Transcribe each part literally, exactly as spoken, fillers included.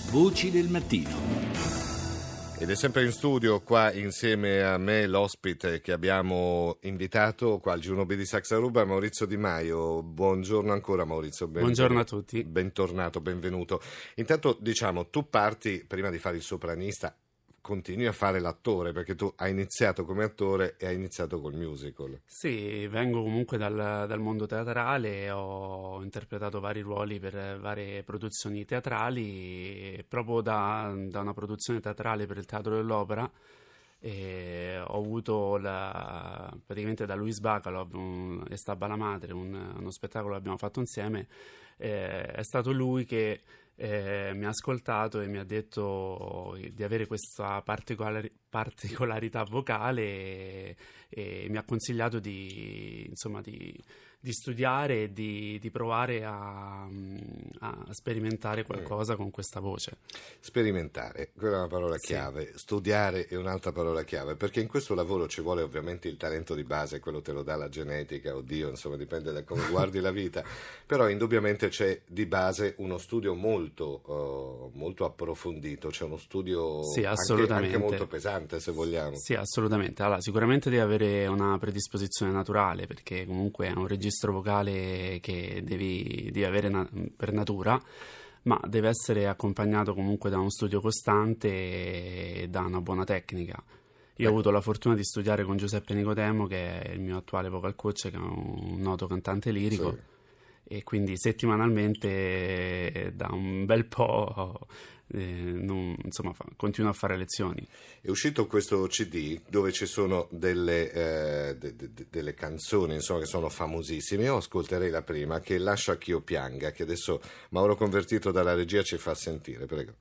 Voci del mattino. Ed è sempre in studio qua insieme a me l'ospite che abbiamo invitato qua al G uno B di Saxa Ruba, Maurizio Di Maio. Buongiorno ancora Maurizio. Ben, Buongiorno a tutti. Bentornato, benvenuto. Intanto diciamo, tu parti, prima di fare il sopranista, continui a fare l'attore, perché tu hai iniziato come attore e hai iniziato col musical. Sì, vengo comunque dal, dal mondo teatrale, ho interpretato vari ruoli per varie produzioni teatrali, proprio da, da una produzione teatrale per il Teatro dell'Opera. E ho avuto la, praticamente da Luis Bacalov un, e Stabba la Madre, un, uno spettacolo che abbiamo fatto insieme. Eh, è stato lui che eh, mi ha ascoltato e mi ha detto di avere questa particolari, particolarità vocale e, e mi ha consigliato di, insomma, di, di studiare e di, di provare a, a sperimentare qualcosa mm. con questa voce. Sperimentare, quella è una parola chiave, sì. Studiare è un'altra parola chiave, perché in questo lavoro ci vuole ovviamente il talento di base, quello te lo dà la genetica, oddio, insomma dipende da come guardi la vita, però indubbiamente c'è di base uno studio molto, uh, molto approfondito, c'è uno studio sì, anche, anche molto pesante, se vogliamo. Sì, assolutamente. Allora, sicuramente devi avere una predisposizione naturale, perché comunque è un registro vocale che devi, devi avere na- per natura, ma deve essere accompagnato comunque da uno studio costante e da una buona tecnica. Io ho avuto la fortuna di studiare con Giuseppe Nicodemo, che è il mio attuale vocal coach, che è un noto cantante lirico. Sì. E quindi settimanalmente da un bel po' eh, non, insomma fa, continuo a fare lezioni. È uscito questo C D dove ci sono delle, eh, de, de, delle canzoni, insomma, che sono famosissime. Io ascolterei la prima, che è Lascia che io pianga, che adesso Mauro Convertito dalla regia ci fa sentire, prego.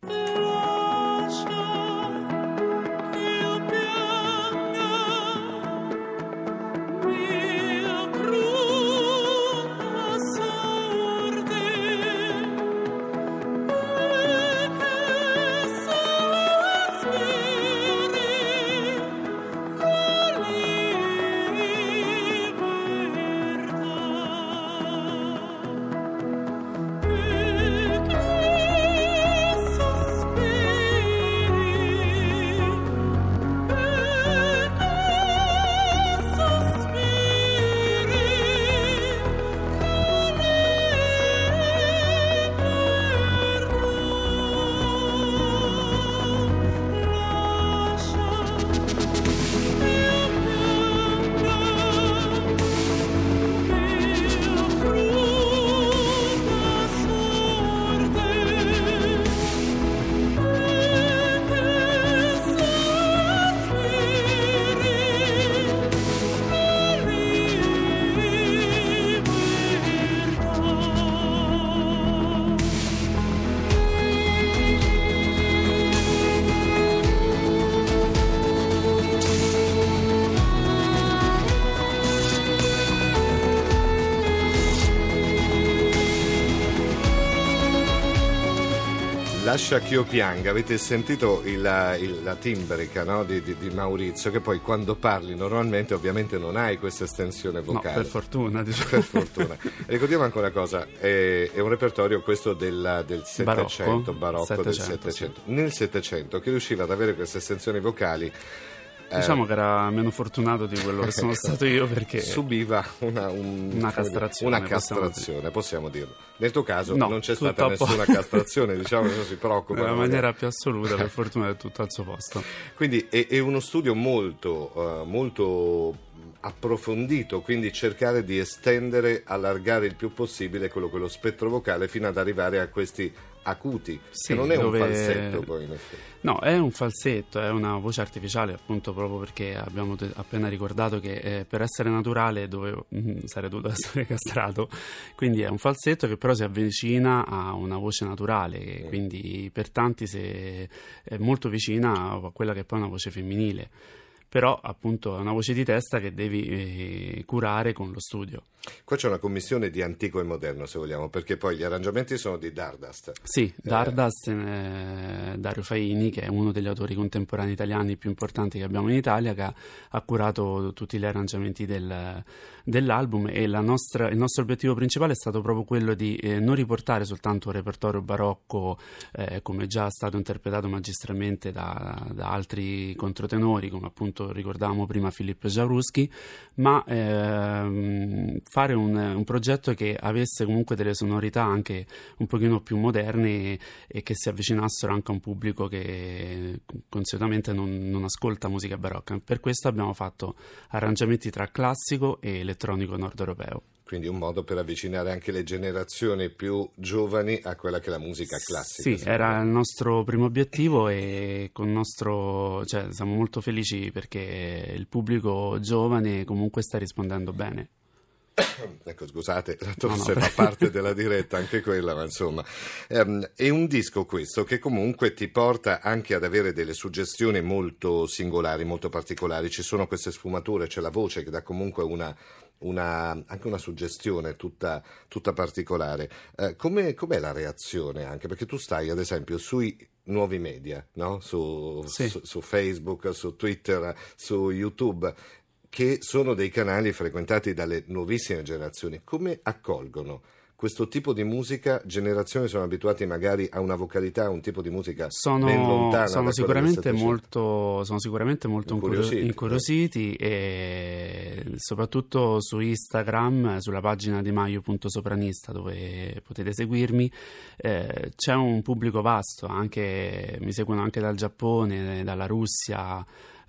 Lascia che io pianga, avete sentito il, il, la timbrica, no? di, di, di Maurizio, che poi quando parli normalmente ovviamente non hai questa estensione vocale. No, per fortuna. Diciamo. Per fortuna. Ricordiamo anche una cosa, è, è un repertorio questo del, del Settecento, barocco, barocco del Settecento. Sì. Nel Settecento, che riusciva ad avere queste estensioni vocali. Diciamo eh, che era meno fortunato di quello che sono stato io, perché subiva una, un, una castrazione, una castrazione possiamo, dire. possiamo dirlo. Nel tuo caso no, non c'è stata nessuna po- castrazione, diciamo che non si preoccupa. Nella maniera più assoluta, per fortuna è tutto al suo posto. Quindi è, è uno studio molto, uh, molto approfondito, quindi cercare di estendere, allargare il più possibile quello che è lo spettro vocale fino ad arrivare a questi acuti, sì, che non è dove... un falsetto poi in effetti. No, è un falsetto, è una voce artificiale, appunto, proprio perché abbiamo te- appena ricordato che eh, per essere naturale dovevo, mm, sarei dovuto essere castrato, quindi è un falsetto che però si avvicina a una voce naturale, che mm. quindi per tanti se è molto vicina a quella che poi è una voce femminile. però appunto è una voce di testa che devi eh, curare con lo studio. Qua c'è una commissione di antico e moderno, se vogliamo, perché poi gli arrangiamenti sono di Dardust. Sì, Dardust, eh, Dario Faini, che è uno degli autori contemporanei italiani più importanti che abbiamo in Italia, che ha, ha curato tutti gli arrangiamenti del, dell'album, e la nostra, il nostro obiettivo principale è stato proprio quello di eh, non riportare soltanto un repertorio barocco eh, come già è stato interpretato magistralmente da, da altri controtenori, come appunto ricordavamo prima Filippo Jaruski, ma ehm, fare un, un progetto che avesse comunque delle sonorità anche un pochino più moderne e, e che si avvicinassero anche a un pubblico che consuetudamente non, non ascolta musica barocca. Per questo abbiamo fatto arrangiamenti tra classico e elettronico nord europeo. Quindi un modo per avvicinare anche le generazioni più giovani a quella che è la musica classica. Sì, era il nostro primo obiettivo, e con il nostro, cioè, siamo molto felici perché il pubblico giovane comunque sta rispondendo bene. Ecco, scusate, la no, tosse no. fa parte della diretta, anche quella, ma insomma ehm, è un disco questo che comunque ti porta anche ad avere delle suggestioni molto singolari, molto particolari. Ci sono queste sfumature, c'è la voce che dà comunque una, una anche una suggestione tutta, tutta particolare. Eh, come, com'è la reazione anche? Perché tu stai ad esempio sui nuovi media, no? Su, Sì. su, su Facebook, su Twitter, su YouTube, che sono dei canali frequentati dalle nuovissime generazioni. Come accolgono questo tipo di musica? Generazioni sono abituati magari a una vocalità, a un tipo di musica sono, ben lontana sono da sicuramente molto sono sicuramente molto incuriositi, incuriositi e soprattutto su Instagram, sulla pagina di maio punto sopranista, dove potete seguirmi, eh, c'è un pubblico vasto, anche mi seguono anche dal Giappone, dalla Russia.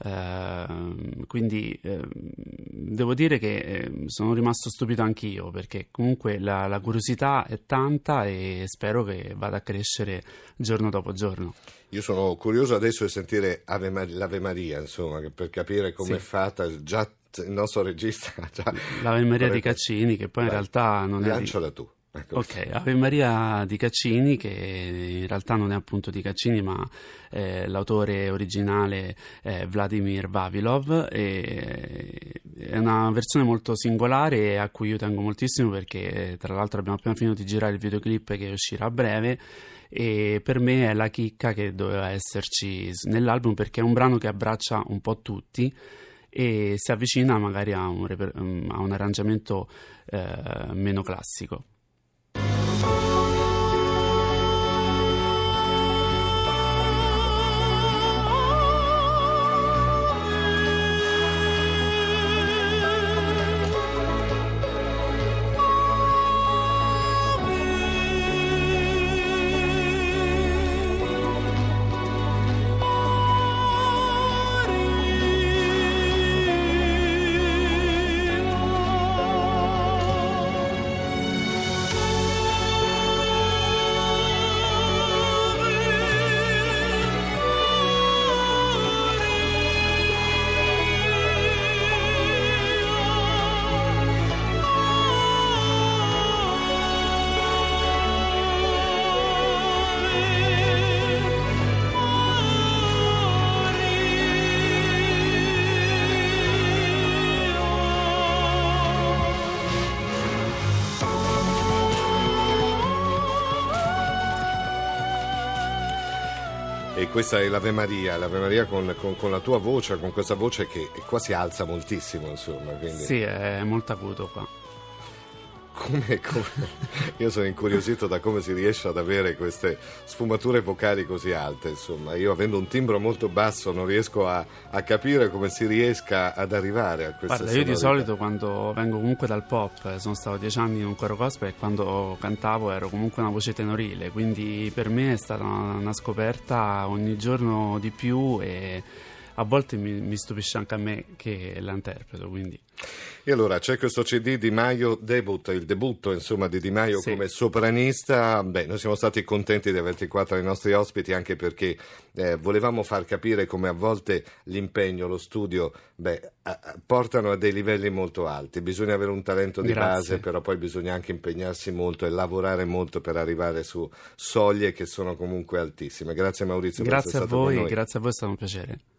Uh, quindi uh, devo dire che uh, sono rimasto stupito anch'io, perché comunque la, la curiosità è tanta e spero che vada a crescere giorno dopo giorno. Io sono curioso adesso di sentire Ave Mar- l'Ave Maria, insomma, per capire come è Sì. fatta. Già il nostro regista già... l'Ave Maria di Caccini, che poi in Dai, realtà non è di... lanciala tu. Ecco. Ok, Ave Maria di Caccini, che in realtà non è appunto di Caccini, ma eh, l'autore originale è Vladimir Vavilov, e è una versione molto singolare a cui io tengo moltissimo, perché tra l'altro abbiamo appena finito di girare il videoclip che uscirà a breve, e per me è la chicca che doveva esserci nell'album, perché è un brano che abbraccia un po' tutti e si avvicina magari a un, reper- a un arrangiamento eh, meno classico. E questa è l'Ave Maria, l'Ave Maria con, con, con la tua voce, con questa voce che qua si alza moltissimo, insomma. Quindi... Sì, è molto acuto qua. Come, come... Io sono incuriosito da come si riesce ad avere queste sfumature vocali così alte, insomma. Io, avendo un timbro molto basso, non riesco a, a capire come si riesca ad arrivare a queste Guarda, sonorità. io di solito quando vengo comunque dal pop, sono stato dieci anni in un coro gospel, e quando cantavo ero comunque una voce tenorile, quindi per me è stata una, una scoperta ogni giorno di più, e a volte mi, mi stupisce anche a me che la interpreto, quindi... E allora c'è questo C D Di Maio Debut, il debutto insomma di Di Maio sì. come sopranista. Beh, noi siamo stati contenti di averti qua tra i nostri ospiti, anche perché eh, volevamo far capire come a volte l'impegno, lo studio, beh, a, a, portano a dei livelli molto alti. Bisogna avere un talento di Grazie. base, però poi bisogna anche impegnarsi molto e lavorare molto per arrivare su soglie che sono comunque altissime. Grazie Maurizio Grazie per essere a stato voi, con noi. grazie a voi, è stato un piacere.